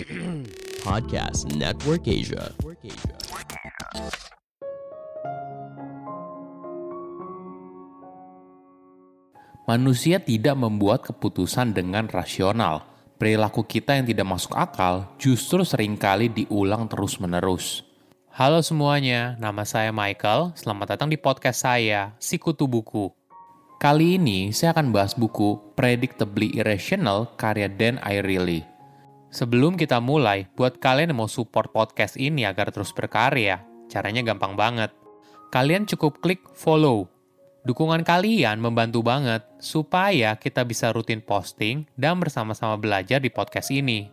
Podcast Network Asia. Manusia tidak membuat keputusan dengan rasional. Perilaku kita yang tidak masuk akal justru seringkali diulang terus-menerus. Halo semuanya, nama saya Michael. Selamat datang di podcast saya, Sikutu Buku. Kali ini saya akan bahas buku Predictably Irrational karya Dan Ariely. Sebelum kita mulai, buat kalian yang mau support podcast ini agar terus berkarya, caranya gampang banget. Kalian cukup klik follow. Dukungan kalian membantu banget supaya kita bisa rutin posting dan bersama-sama belajar di podcast ini.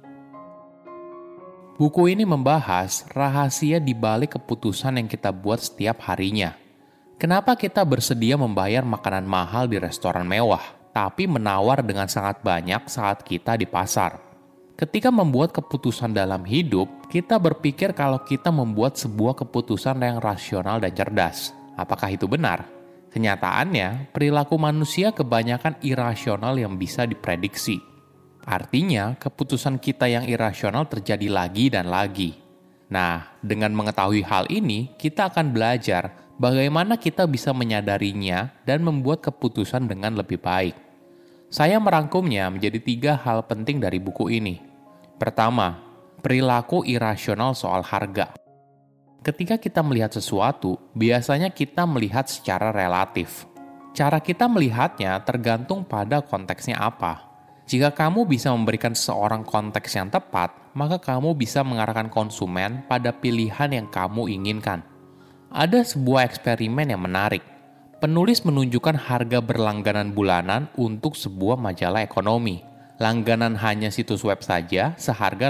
Buku ini membahas rahasia di balik keputusan yang kita buat setiap harinya. Kenapa kita bersedia membayar makanan mahal di restoran mewah, tapi menawar dengan sangat banyak saat kita di pasar? Ketika membuat keputusan dalam hidup, kita berpikir kalau kita membuat sebuah keputusan yang rasional dan cerdas. Apakah itu benar? Kenyataannya, perilaku manusia kebanyakan irasional yang bisa diprediksi. Artinya, keputusan kita yang irasional terjadi lagi dan lagi. Nah, dengan mengetahui hal ini, kita akan belajar bagaimana kita bisa menyadarinya dan membuat keputusan dengan lebih baik. Saya merangkumnya menjadi 3 hal penting dari buku ini. Pertama, perilaku irasional soal harga. Ketika kita melihat sesuatu, biasanya kita melihat secara relatif. Cara kita melihatnya tergantung pada konteksnya apa. Jika kamu bisa memberikan seseorang konteks yang tepat, maka kamu bisa mengarahkan konsumen pada pilihan yang kamu inginkan. Ada sebuah eksperimen yang menarik. Penulis menunjukkan harga berlangganan bulanan untuk sebuah majalah ekonomi. Langganan hanya situs web saja seharga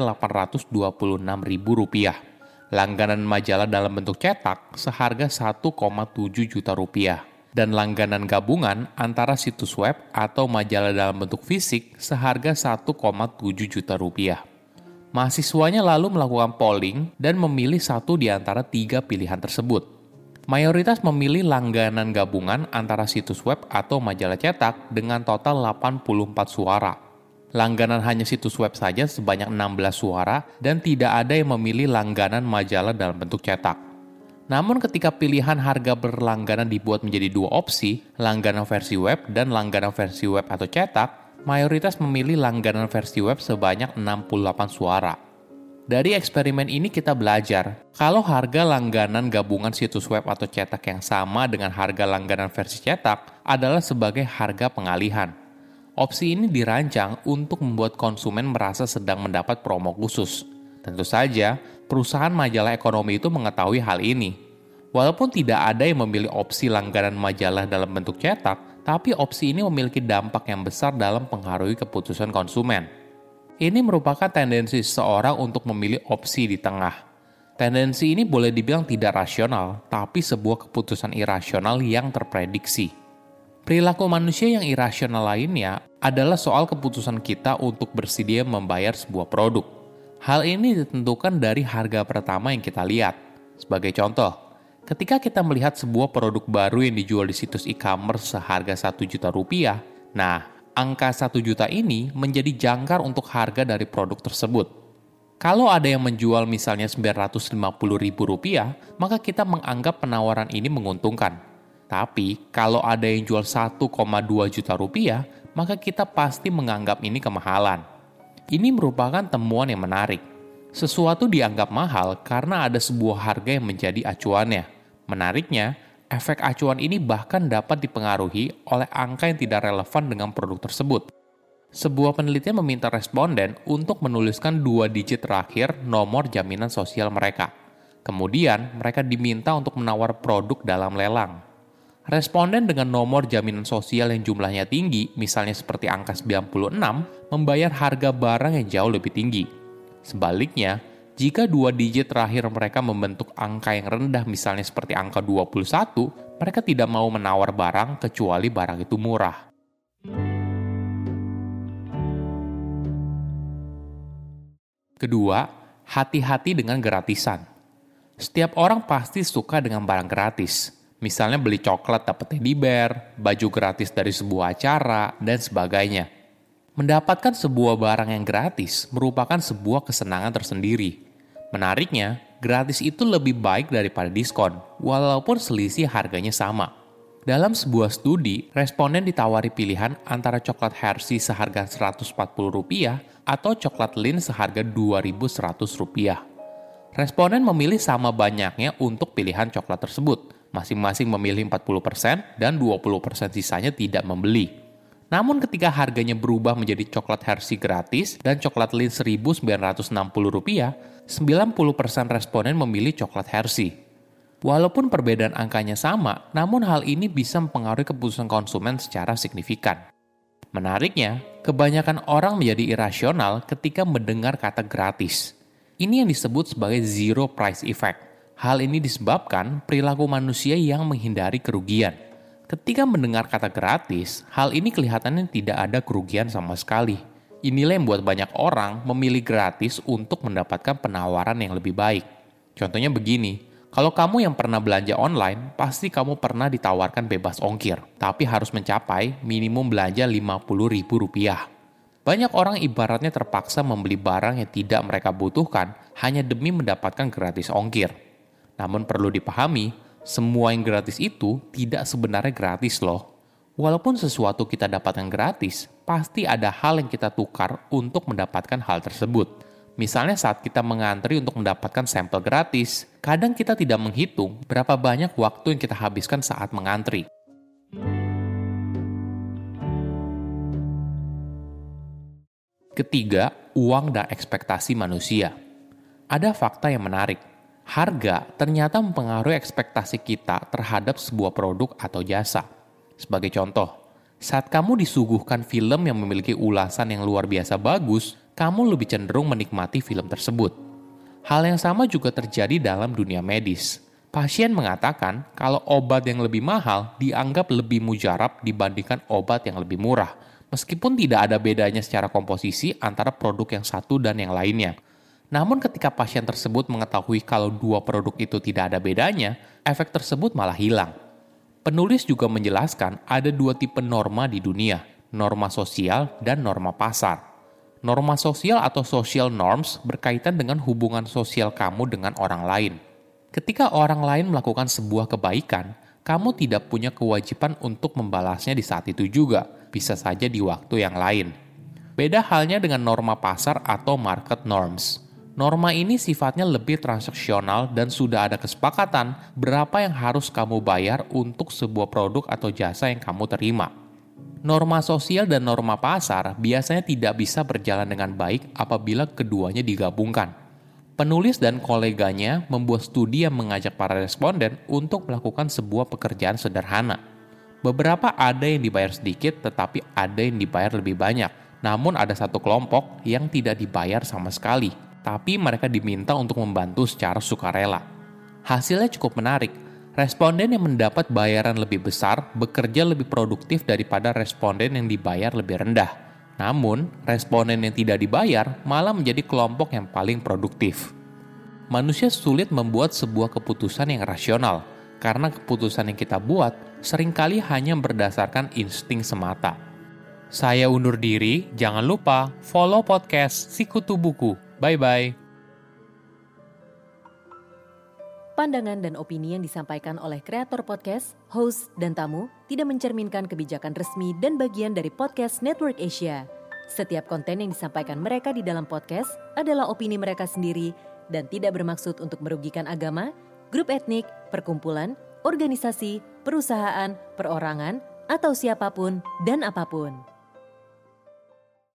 Rp826.000. Langganan majalah dalam bentuk cetak seharga Rp1,7 juta. Dan langganan gabungan antara situs web atau majalah dalam bentuk fisik seharga Rp1,7 juta. Mahasiswanya lalu melakukan polling dan memilih satu di antara 3 pilihan tersebut. Mayoritas memilih langganan gabungan antara situs web atau majalah cetak dengan total 84 suara. Langganan hanya situs web saja sebanyak 16 suara dan tidak ada yang memilih langganan majalah dalam bentuk cetak. Namun ketika pilihan harga berlangganan dibuat menjadi 2 opsi, langganan versi web dan langganan versi web atau cetak, mayoritas memilih langganan versi web sebanyak 68 suara. Dari eksperimen ini kita belajar, kalau harga langganan gabungan situs web atau cetak yang sama dengan harga langganan versi cetak adalah sebagai harga pengalihan. Opsi ini dirancang untuk membuat konsumen merasa sedang mendapat promo khusus. Tentu saja, perusahaan majalah ekonomi itu mengetahui hal ini. Walaupun tidak ada yang memilih opsi langganan majalah dalam bentuk cetak, tapi opsi ini memiliki dampak yang besar dalam mempengaruhi keputusan konsumen. Ini merupakan tendensi seseorang untuk memilih opsi di tengah. Tendensi ini boleh dibilang tidak rasional, tapi sebuah keputusan irasional yang terprediksi. Perilaku manusia yang irasional lainnya adalah soal keputusan kita untuk bersedia membayar sebuah produk. Hal ini ditentukan dari harga pertama yang kita lihat. Sebagai contoh, ketika kita melihat sebuah produk baru yang dijual di situs e-commerce seharga Rp1 juta, nah, angka 1 juta ini menjadi jangkar untuk harga dari produk tersebut. Kalau ada yang menjual misalnya Rp950.000, maka kita menganggap penawaran ini menguntungkan. Tapi, kalau ada yang jual Rp1,2 juta, maka kita pasti menganggap ini kemahalan. Ini merupakan temuan yang menarik. Sesuatu dianggap mahal karena ada sebuah harga yang menjadi acuannya. Menariknya, efek acuan ini bahkan dapat dipengaruhi oleh angka yang tidak relevan dengan produk tersebut. Sebuah penelitian meminta responden untuk menuliskan 2 digit terakhir nomor jaminan sosial mereka. Kemudian, mereka diminta untuk menawar produk dalam lelang. Responden dengan nomor jaminan sosial yang jumlahnya tinggi, misalnya seperti angka 96, membayar harga barang yang jauh lebih tinggi. Sebaliknya, jika 2 digit terakhir mereka membentuk angka yang rendah, misalnya seperti angka 21, mereka tidak mau menawar barang kecuali barang itu murah. Kedua, hati-hati dengan gratisan. Setiap orang pasti suka dengan barang gratis. Misalnya beli coklat dapat teddy bear, baju gratis dari sebuah acara, dan sebagainya. Mendapatkan sebuah barang yang gratis merupakan sebuah kesenangan tersendiri. Menariknya, gratis itu lebih baik daripada diskon, walaupun selisih harganya sama. Dalam sebuah studi, responden ditawari pilihan antara coklat Hershey seharga Rp140 atau coklat Lindt seharga Rp2.100. Responden memilih sama banyaknya untuk pilihan coklat tersebut. Masing-masing memilih 40% dan 20% sisanya tidak membeli. Namun ketika harganya berubah menjadi coklat Hershey gratis dan coklat Lindt Rp1.960, 90% responden memilih coklat Hershey. Walaupun perbedaan angkanya sama, namun hal ini bisa mempengaruhi keputusan konsumen secara signifikan. Menariknya, kebanyakan orang menjadi irasional ketika mendengar kata gratis. Ini yang disebut sebagai zero price effect. Hal ini disebabkan perilaku manusia yang menghindari kerugian. Ketika mendengar kata gratis, hal ini kelihatannya tidak ada kerugian sama sekali. Inilah yang membuat banyak orang memilih gratis untuk mendapatkan penawaran yang lebih baik. Contohnya begini, kalau kamu yang pernah belanja online, pasti kamu pernah ditawarkan bebas ongkir, tapi harus mencapai minimum belanja Rp50.000. Banyak orang ibaratnya terpaksa membeli barang yang tidak mereka butuhkan hanya demi mendapatkan gratis ongkir. Namun perlu dipahami, semua yang gratis itu tidak sebenarnya gratis loh. Walaupun sesuatu kita dapatkan gratis, pasti ada hal yang kita tukar untuk mendapatkan hal tersebut. Misalnya saat kita mengantri untuk mendapatkan sampel gratis, kadang kita tidak menghitung berapa banyak waktu yang kita habiskan saat mengantri. Ketiga, uang dan ekspektasi manusia. Ada fakta yang menarik. Harga ternyata mempengaruhi ekspektasi kita terhadap sebuah produk atau jasa. Sebagai contoh, saat kamu disuguhkan film yang memiliki ulasan yang luar biasa bagus, kamu lebih cenderung menikmati film tersebut. Hal yang sama juga terjadi dalam dunia medis. Pasien mengatakan kalau obat yang lebih mahal dianggap lebih mujarab dibandingkan obat yang lebih murah, meskipun tidak ada bedanya secara komposisi antara produk yang satu dan yang lainnya. Namun ketika pasien tersebut mengetahui kalau dua produk itu tidak ada bedanya, efek tersebut malah hilang. Penulis juga menjelaskan ada dua tipe norma di dunia, norma sosial dan norma pasar. Norma sosial atau social norms berkaitan dengan hubungan sosial kamu dengan orang lain. Ketika orang lain melakukan sebuah kebaikan, kamu tidak punya kewajiban untuk membalasnya di saat itu juga, bisa saja di waktu yang lain. Beda halnya dengan norma pasar atau market norms. Norma ini sifatnya lebih transaksional dan sudah ada kesepakatan berapa yang harus kamu bayar untuk sebuah produk atau jasa yang kamu terima. Norma sosial dan norma pasar biasanya tidak bisa berjalan dengan baik apabila keduanya digabungkan. Penulis dan koleganya membuat studi yang mengajak para responden untuk melakukan sebuah pekerjaan sederhana. Beberapa ada yang dibayar sedikit tetapi ada yang dibayar lebih banyak. Namun ada satu kelompok yang tidak dibayar sama sekali, tapi mereka diminta untuk membantu secara sukarela. Hasilnya cukup menarik. Responden yang mendapat bayaran lebih besar bekerja lebih produktif daripada responden yang dibayar lebih rendah. Namun, responden yang tidak dibayar malah menjadi kelompok yang paling produktif. Manusia sulit membuat sebuah keputusan yang rasional, karena keputusan yang kita buat seringkali hanya berdasarkan insting semata. Saya undur diri, jangan lupa follow podcast Sikutu Buku. Bye-bye. Pandangan dan opini yang disampaikan oleh kreator podcast, host, dan tamu tidak mencerminkan kebijakan resmi dan bagian dari Podcast Network Asia. Setiap konten yang disampaikan mereka di dalam podcast adalah opini mereka sendiri dan tidak bermaksud untuk merugikan agama, grup etnik, perkumpulan, organisasi, perusahaan, perorangan, atau siapapun dan apapun.